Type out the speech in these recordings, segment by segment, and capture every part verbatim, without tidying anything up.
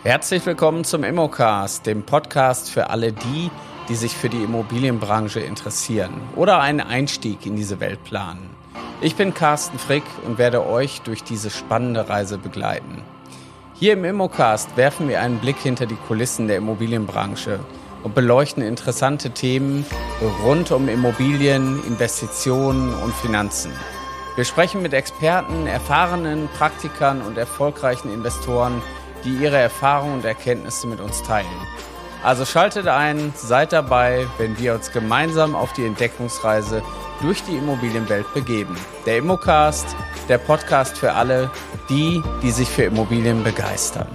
Herzlich willkommen zum Immocast, dem Podcast für alle die, die sich für die Immobilienbranche interessieren oder einen Einstieg in diese Welt planen. Ich bin Carsten Frick und werde euch durch diese spannende Reise begleiten. Hier im Immocast werfen wir einen Blick hinter die Kulissen der Immobilienbranche und beleuchten interessante Themen rund um Immobilien, Investitionen und Finanzen. Wir sprechen mit Experten, erfahrenen Praktikern und erfolgreichen Investoren, die ihre Erfahrungen und Erkenntnisse mit uns teilen. Also schaltet ein, seid dabei, wenn wir uns gemeinsam auf die Entdeckungsreise durch die Immobilienwelt begeben. Der Immocast, der Podcast für alle, die, die sich für Immobilien begeistern.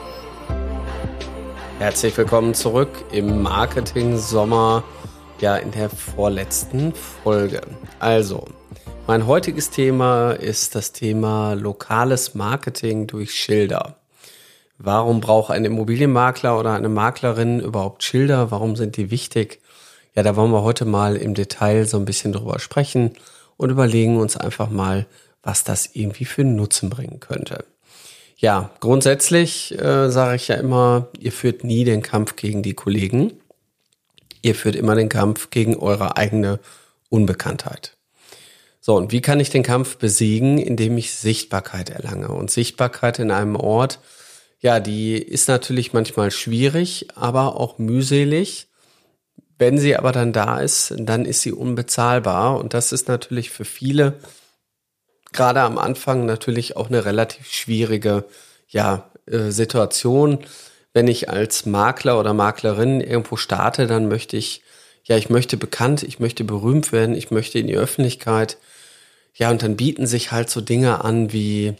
Herzlich willkommen zurück im Marketing-Sommer, ja in der vorletzten Folge. Also, mein heutiges Thema ist das Thema lokales Marketing durch Schilder. Warum braucht ein Immobilienmakler oder eine Maklerin überhaupt Schilder? Warum sind die wichtig? Ja, da wollen wir heute mal im Detail so ein bisschen drüber sprechen und überlegen uns einfach mal, was das irgendwie für einen Nutzen bringen könnte. Ja, grundsätzlich äh, sage ich ja immer, ihr führt nie den Kampf gegen die Kollegen. Ihr führt immer den Kampf gegen eure eigene Unbekanntheit. So, und wie kann ich den Kampf besiegen? Indem ich Sichtbarkeit erlange. Und Sichtbarkeit in einem Ort, ja, die ist natürlich manchmal schwierig, aber auch mühselig. Wenn sie aber dann da ist, dann ist sie unbezahlbar. Und das ist natürlich für viele, gerade am Anfang, natürlich auch eine relativ schwierige, ja, äh, Situation. Wenn ich als Makler oder Maklerin irgendwo starte, dann möchte ich, ja, ich möchte bekannt, ich möchte berühmt werden, ich möchte in die Öffentlichkeit. Ja, und dann bieten sich halt so Dinge an wie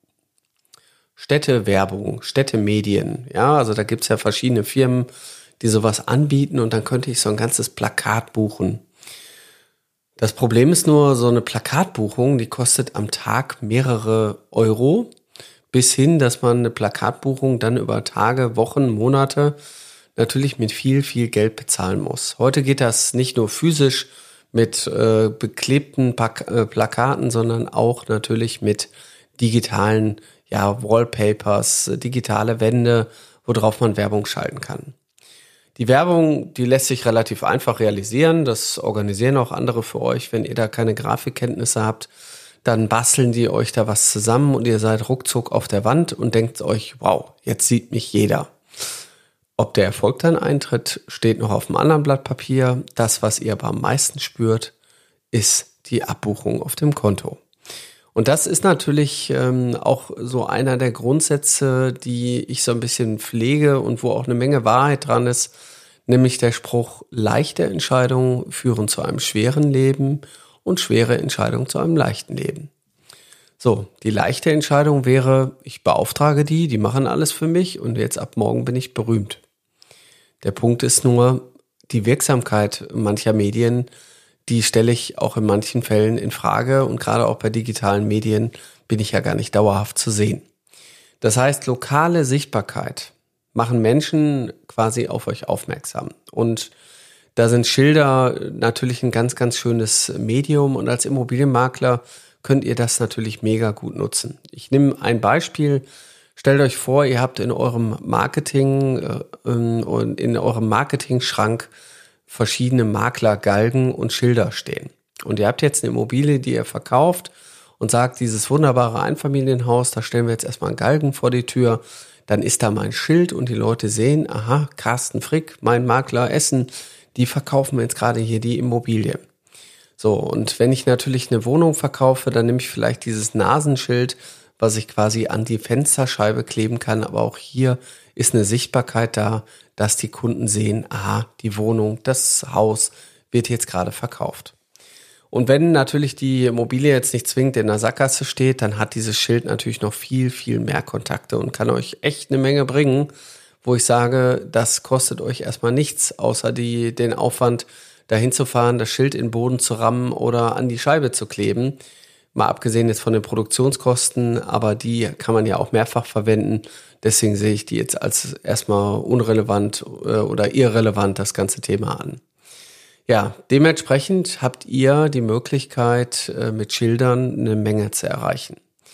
Städtewerbung, Städtemedien, ja, also da gibt's ja verschiedene Firmen, die sowas anbieten und dann könnte ich so ein ganzes Plakat buchen. Das Problem ist nur, so eine Plakatbuchung, die kostet am Tag mehrere Euro, bis hin, dass man eine Plakatbuchung dann über Tage, Wochen, Monate natürlich mit viel, viel Geld bezahlen muss. Heute geht das nicht nur physisch mit äh, beklebten Pak- äh, Plakaten, sondern auch natürlich mit digitalen ja, Wallpapers, digitale Wände, worauf man Werbung schalten kann. Die Werbung, die lässt sich relativ einfach realisieren. Das organisieren auch andere für euch. Wenn ihr da keine Grafikkenntnisse habt, dann basteln die euch da was zusammen und ihr seid ruckzuck auf der Wand und denkt euch, wow, jetzt sieht mich jeder. Ob der Erfolg dann eintritt, steht noch auf einem anderen Blatt Papier. Das, was ihr aber am meisten spürt, ist die Abbuchung auf dem Konto. Und das ist natürlich ähm, auch so einer der Grundsätze, die ich so ein bisschen pflege und wo auch eine Menge Wahrheit dran ist, nämlich der Spruch, leichte Entscheidungen führen zu einem schweren Leben und schwere Entscheidungen zu einem leichten Leben. So, die leichte Entscheidung wäre, ich beauftrage die, die machen alles für mich und jetzt ab morgen bin ich berühmt. Der Punkt ist nur, die Wirksamkeit mancher Medien, die stelle ich auch in manchen Fällen in Frage und gerade auch bei digitalen Medien bin ich ja gar nicht dauerhaft zu sehen. Das heißt, lokale Sichtbarkeit machen Menschen quasi auf euch aufmerksam und da sind Schilder natürlich ein ganz, ganz schönes Medium und als Immobilienmakler könnt ihr das natürlich mega gut nutzen. Ich nehme ein Beispiel. Stellt euch vor, ihr habt in eurem Marketing äh, und in eurem Marketing-Schrank verschiedene Maklergalgen und Schilder stehen. Und ihr habt jetzt eine Immobilie, die ihr verkauft und sagt, dieses wunderbare Einfamilienhaus, da stellen wir jetzt erstmal einen Galgen vor die Tür, dann ist da mein Schild und die Leute sehen, aha, Carsten Frick, mein Makler Essen, die verkaufen mir jetzt gerade hier die Immobilie. So, und wenn ich natürlich eine Wohnung verkaufe, dann nehme ich vielleicht dieses Nasenschild, was ich quasi an die Fensterscheibe kleben kann, aber auch hier ist eine Sichtbarkeit da, dass die Kunden sehen, aha, die Wohnung, das Haus wird jetzt gerade verkauft. Und wenn natürlich die Immobilie jetzt nicht zwingend in der Sackgasse steht, dann hat dieses Schild natürlich noch viel, viel mehr Kontakte und kann euch echt eine Menge bringen, wo ich sage, das kostet euch erstmal nichts, außer die, den Aufwand, dahin zu fahren, das Schild in den Boden zu rammen oder an die Scheibe zu kleben. Mal abgesehen jetzt von den Produktionskosten, aber die kann man ja auch mehrfach verwenden. Deswegen sehe ich die jetzt als erstmal unrelevant oder irrelevant das ganze Thema an. Ja, dementsprechend habt ihr die Möglichkeit, mit Schildern eine Menge zu erreichen.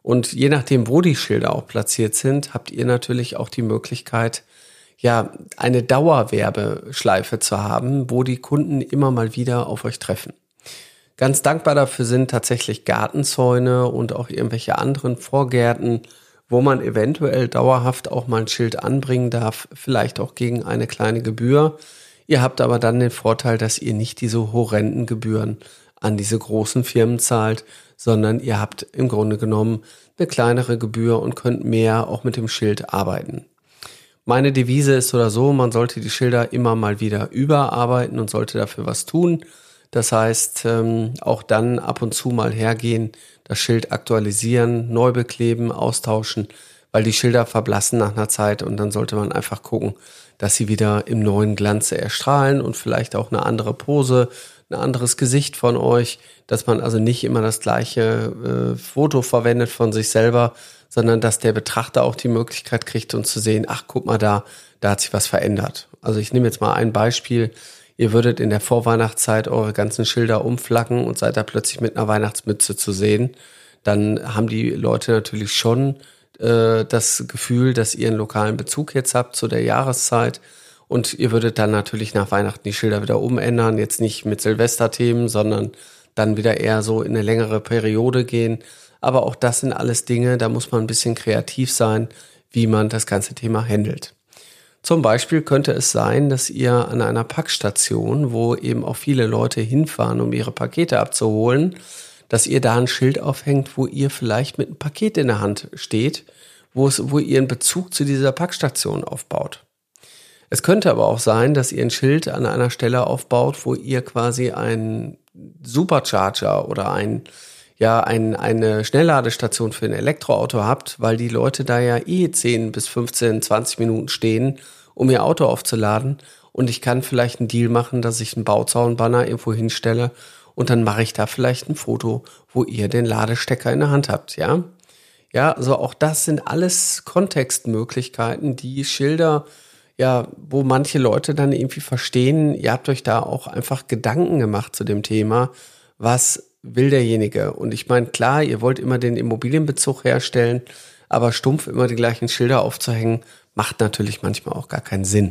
Und je nachdem, wo die Schilder auch platziert sind, habt ihr natürlich auch die Möglichkeit, ja, eine Dauerwerbeschleife zu haben, wo die Kunden immer mal wieder auf euch treffen. Ganz dankbar dafür sind tatsächlich Gartenzäune und auch irgendwelche anderen Vorgärten, wo man eventuell dauerhaft auch mal ein Schild anbringen darf, vielleicht auch gegen eine kleine Gebühr. Ihr habt aber dann den Vorteil, dass ihr nicht diese horrenden Gebühren an diese großen Firmen zahlt, sondern ihr habt im Grunde genommen eine kleinere Gebühr und könnt mehr auch mit dem Schild arbeiten. Meine Devise ist oder so, man sollte die Schilder immer mal wieder überarbeiten und sollte dafür was tun. Das heißt, auch dann ab und zu mal hergehen, das Schild aktualisieren, neu bekleben, austauschen, weil die Schilder verblassen nach einer Zeit und dann sollte man einfach gucken, dass sie wieder im neuen Glanze erstrahlen und vielleicht auch eine andere Pose, ein anderes Gesicht von euch, dass man also nicht immer das gleiche äh, Foto verwendet von sich selber, sondern dass der Betrachter auch die Möglichkeit kriegt, um zu sehen, ach, guck mal da, da hat sich was verändert. Also ich nehme jetzt mal ein Beispiel. Ihr würdet in der Vorweihnachtszeit eure ganzen Schilder umflacken und seid da plötzlich mit einer Weihnachtsmütze zu sehen. Dann haben die Leute natürlich schon äh, das Gefühl, dass ihr einen lokalen Bezug jetzt habt zu der Jahreszeit. Und ihr würdet dann natürlich nach Weihnachten die Schilder wieder umändern. Jetzt nicht mit Silvesterthemen, sondern dann wieder eher so in eine längere Periode gehen. Aber auch das sind alles Dinge, da muss man ein bisschen kreativ sein, wie man das ganze Thema handelt. Zum Beispiel könnte es sein, dass ihr an einer Packstation, wo eben auch viele Leute hinfahren, um ihre Pakete abzuholen, dass ihr da ein Schild aufhängt, wo ihr vielleicht mit einem Paket in der Hand steht, wo es, wo ihr einen Bezug zu dieser Packstation aufbaut. Es könnte aber auch sein, dass ihr ein Schild an einer Stelle aufbaut, wo ihr quasi einen Supercharger oder ein, ja, ein, eine Schnellladestation für ein Elektroauto habt, weil die Leute da ja eh zehn bis fünfzehn, zwanzig Minuten stehen, um ihr Auto aufzuladen. Und ich kann vielleicht einen Deal machen, dass ich einen Bauzaunbanner irgendwo hinstelle und dann mache ich da vielleicht ein Foto, wo ihr den Ladestecker in der Hand habt, ja? Ja, also auch das sind alles Kontextmöglichkeiten, die Schilder, ja, wo manche Leute dann irgendwie verstehen, ihr habt euch da auch einfach Gedanken gemacht zu dem Thema, was will derjenige? Und ich meine, klar, ihr wollt immer den Immobilienbezug herstellen, aber stumpf immer die gleichen Schilder aufzuhängen, macht natürlich manchmal auch gar keinen Sinn.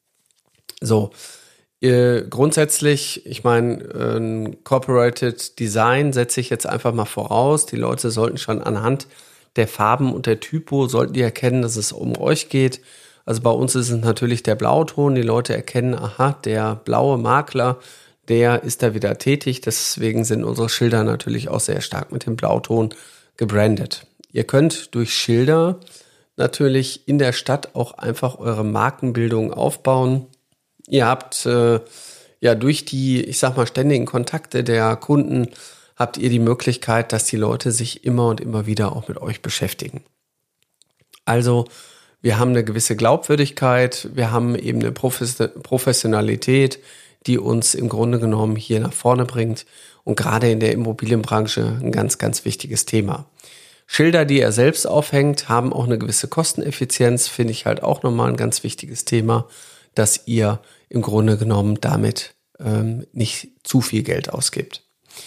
So, äh, grundsätzlich, ich meine, ein Corporated Design setze ich jetzt einfach mal voraus. Die Leute sollten schon anhand der Farben und der Typo, sollten die erkennen, dass es um euch geht. Also bei uns ist es natürlich der Blauton. Die Leute erkennen, aha, der blaue Makler, der ist da wieder tätig. Deswegen sind unsere Schilder natürlich auch sehr stark mit dem Blauton gebrandet. Ihr könnt durch Schilder natürlich in der Stadt auch einfach eure Markenbildung aufbauen. Ihr habt äh, ja durch die, ich sag mal, ständigen Kontakte der Kunden habt ihr die Möglichkeit, dass die Leute sich immer und immer wieder auch mit euch beschäftigen. Also wir haben eine gewisse Glaubwürdigkeit, wir haben eben eine Professionalität, die uns im Grunde genommen hier nach vorne bringt und gerade in der Immobilienbranche ein ganz, ganz wichtiges Thema. Schilder, die er selbst aufhängt, haben auch eine gewisse Kosteneffizienz, finde ich halt auch nochmal ein ganz wichtiges Thema, dass ihr im Grunde genommen damit ähm, nicht zu viel Geld ausgibt.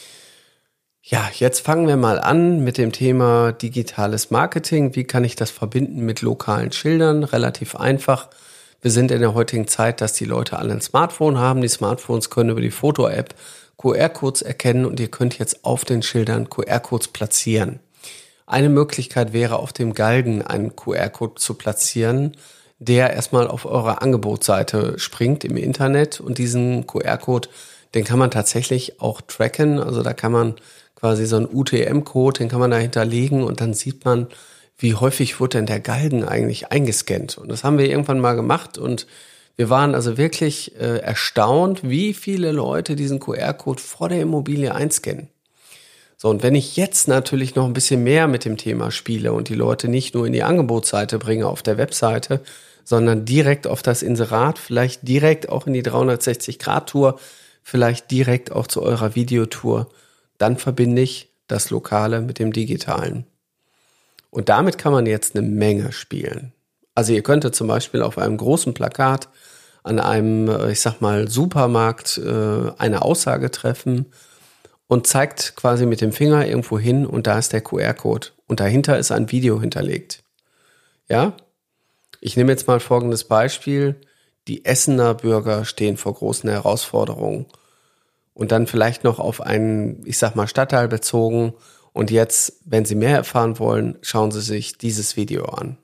Ja, jetzt fangen wir mal an mit dem Thema digitales Marketing. Wie kann ich das verbinden mit lokalen Schildern? Relativ einfach. Wir sind in der heutigen Zeit, dass die Leute alle ein Smartphone haben. Die Smartphones können über die Foto-App Q R-Codes erkennen und ihr könnt jetzt auf den Schildern Q R-Codes platzieren. Eine Möglichkeit wäre, auf dem Galgen einen Q R-Code zu platzieren, der erstmal auf eurer Angebotsseite springt im Internet und diesen Q R-Code, den kann man tatsächlich auch tracken. Also da kann man quasi so einen U T M-Code, den kann man da hinterlegen und dann sieht man, wie häufig wurde denn der Galgen eigentlich eingescannt. Und das haben wir irgendwann mal gemacht und wir waren also wirklich äh, erstaunt, wie viele Leute diesen Q R-Code vor der Immobilie einscannen. So, und wenn ich jetzt natürlich noch ein bisschen mehr mit dem Thema spiele und die Leute nicht nur in die Angebotsseite bringe auf der Webseite, sondern direkt auf das Inserat, vielleicht direkt auch in die dreihundertsechzig Grad Tour, vielleicht direkt auch zu eurer Videotour, dann verbinde ich das Lokale mit dem Digitalen. Und damit kann man jetzt eine Menge spielen. Also ihr könntet zum Beispiel auf einem großen Plakat an einem, ich sag mal, Supermarkt äh, eine Aussage treffen und zeigt quasi mit dem Finger irgendwo hin und da ist der Q R-Code und dahinter ist ein Video hinterlegt. Ja? Ich nehme jetzt mal folgendes Beispiel. Die Essener Bürger stehen vor großen Herausforderungen und dann vielleicht noch auf einen, ich sag mal, Stadtteil bezogen. Und jetzt, wenn Sie mehr erfahren wollen, schauen Sie sich dieses Video an.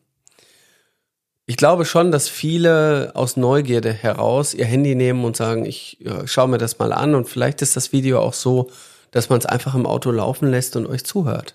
Ich glaube schon, dass viele aus Neugierde heraus ihr Handy nehmen und sagen, ich ja, schaue mir das mal an und vielleicht ist das Video auch so, dass man es einfach im Auto laufen lässt und euch zuhört.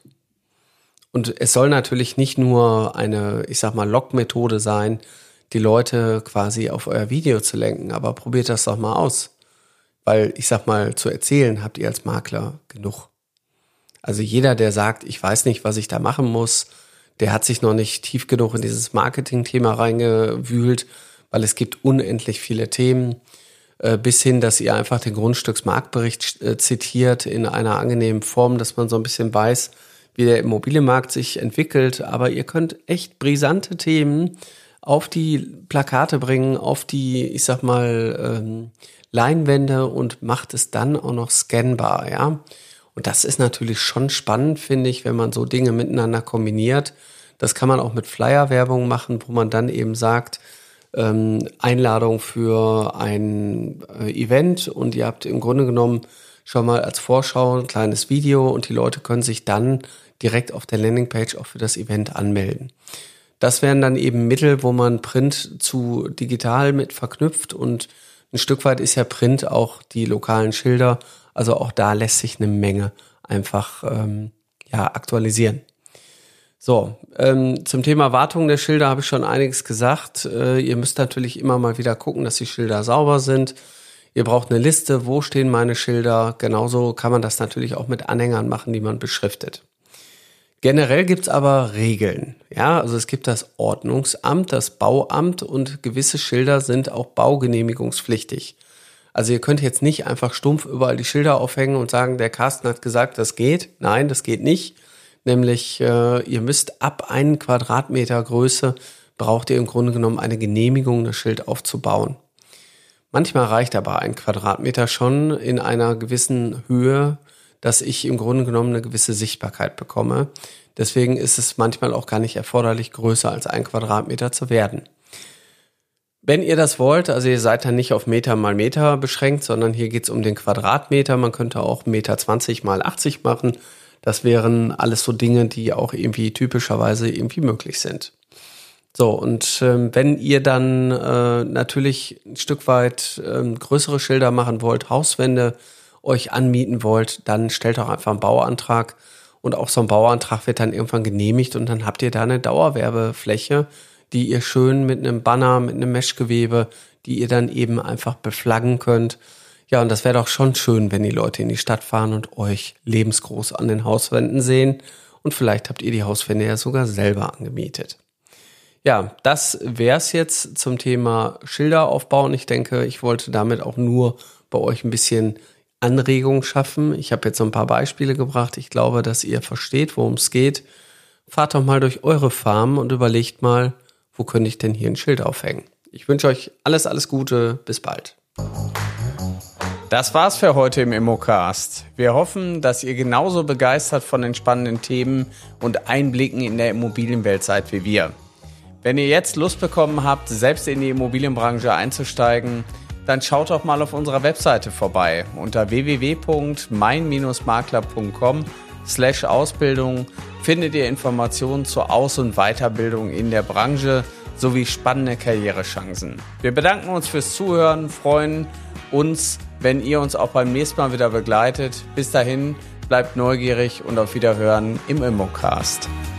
Und es soll natürlich nicht nur eine, ich sag mal, Lockmethode sein, die Leute quasi auf euer Video zu lenken, aber probiert das doch mal aus. Weil, ich sag mal, zu erzählen habt ihr als Makler genug. Also jeder, der sagt, ich weiß nicht, was ich da machen muss, der hat sich noch nicht tief genug in dieses Marketing-Thema reingewühlt, weil es gibt unendlich viele Themen, äh, bis hin, dass ihr einfach den Grundstücksmarktbericht äh, zitiert in einer angenehmen Form, dass man so ein bisschen weiß, wie der Immobilienmarkt sich entwickelt. Aber ihr könnt echt brisante Themen auf die Plakate bringen, auf die, ich sag mal, ähm, Leinwände und macht es dann auch noch scannbar, ja. Und das ist natürlich schon spannend, finde ich, wenn man so Dinge miteinander kombiniert. Das kann man auch mit Flyer-Werbung machen, wo man dann eben sagt, ähm, Einladung für ein äh, Event und ihr habt im Grunde genommen schon mal als Vorschau ein kleines Video und die Leute können sich dann direkt auf der Landingpage auch für das Event anmelden. Das wären dann eben Mittel, wo man Print zu digital mit verknüpft und ein Stück weit ist ja Print auch die lokalen Schilder. Also auch da lässt sich eine Menge einfach ähm, ja, aktualisieren. So, ähm, zum Thema Wartung der Schilder habe ich schon einiges gesagt. Äh, ihr müsst natürlich immer mal wieder gucken, dass die Schilder sauber sind. Ihr braucht eine Liste, wo stehen meine Schilder. Genauso kann man das natürlich auch mit Anhängern machen, die man beschriftet. Generell gibt's aber Regeln. Ja, also es gibt das Ordnungsamt, das Bauamt und gewisse Schilder sind auch baugenehmigungspflichtig. Also ihr könnt jetzt nicht einfach stumpf überall die Schilder aufhängen und sagen, der Carsten hat gesagt, das geht. Nein, das geht nicht. Nämlich äh, ihr müsst ab einen Quadratmeter Größe braucht ihr im Grunde genommen eine Genehmigung, das Schild aufzubauen. Manchmal reicht aber ein Quadratmeter schon in einer gewissen Höhe, dass ich im Grunde genommen eine gewisse Sichtbarkeit bekomme. Deswegen ist es manchmal auch gar nicht erforderlich, größer als ein Quadratmeter zu werden. Wenn ihr das wollt, also ihr seid dann nicht auf Meter mal Meter beschränkt, sondern hier geht es um den Quadratmeter. Man könnte auch Meter zwanzig mal achtzig machen. Das wären alles so Dinge, die auch irgendwie typischerweise irgendwie möglich sind. So, und ähm, wenn ihr dann äh, natürlich ein Stück weit ähm, größere Schilder machen wollt, Hauswände euch anmieten wollt, dann stellt doch einfach einen Bauantrag. Und auch so ein Bauantrag wird dann irgendwann genehmigt und dann habt ihr da eine Dauerwerbefläche, die ihr schön mit einem Banner, mit einem Meshgewebe, die ihr dann eben einfach beflaggen könnt. Ja, und das wäre doch schon schön, wenn die Leute in die Stadt fahren und euch lebensgroß an den Hauswänden sehen. Und vielleicht habt ihr die Hauswände ja sogar selber angemietet. Ja, das wär's jetzt zum Thema Schilder aufbauen. Ich denke, ich wollte damit auch nur bei euch ein bisschen Anregung schaffen. Ich habe jetzt so ein paar Beispiele gebracht. Ich glaube, dass ihr versteht, worum es geht. Fahrt doch mal durch eure Farm und überlegt mal, wo könnte ich denn hier ein Schild aufhängen? Ich wünsche euch alles, alles Gute. Bis bald. Das war's für heute im Immocast. Wir hoffen, dass ihr genauso begeistert von den spannenden Themen und Einblicken in der Immobilienwelt seid wie wir. Wenn ihr jetzt Lust bekommen habt, selbst in die Immobilienbranche einzusteigen, dann schaut doch mal auf unserer Webseite vorbei. Unter w w w punkt mein makler punkt com slash Ausbildung findet ihr Informationen zur Aus- und Weiterbildung in der Branche sowie spannende Karrierechancen. Wir bedanken uns fürs Zuhören, freuen uns, wenn ihr uns auch beim nächsten Mal wieder begleitet. Bis dahin, bleibt neugierig und auf Wiederhören im Immocast.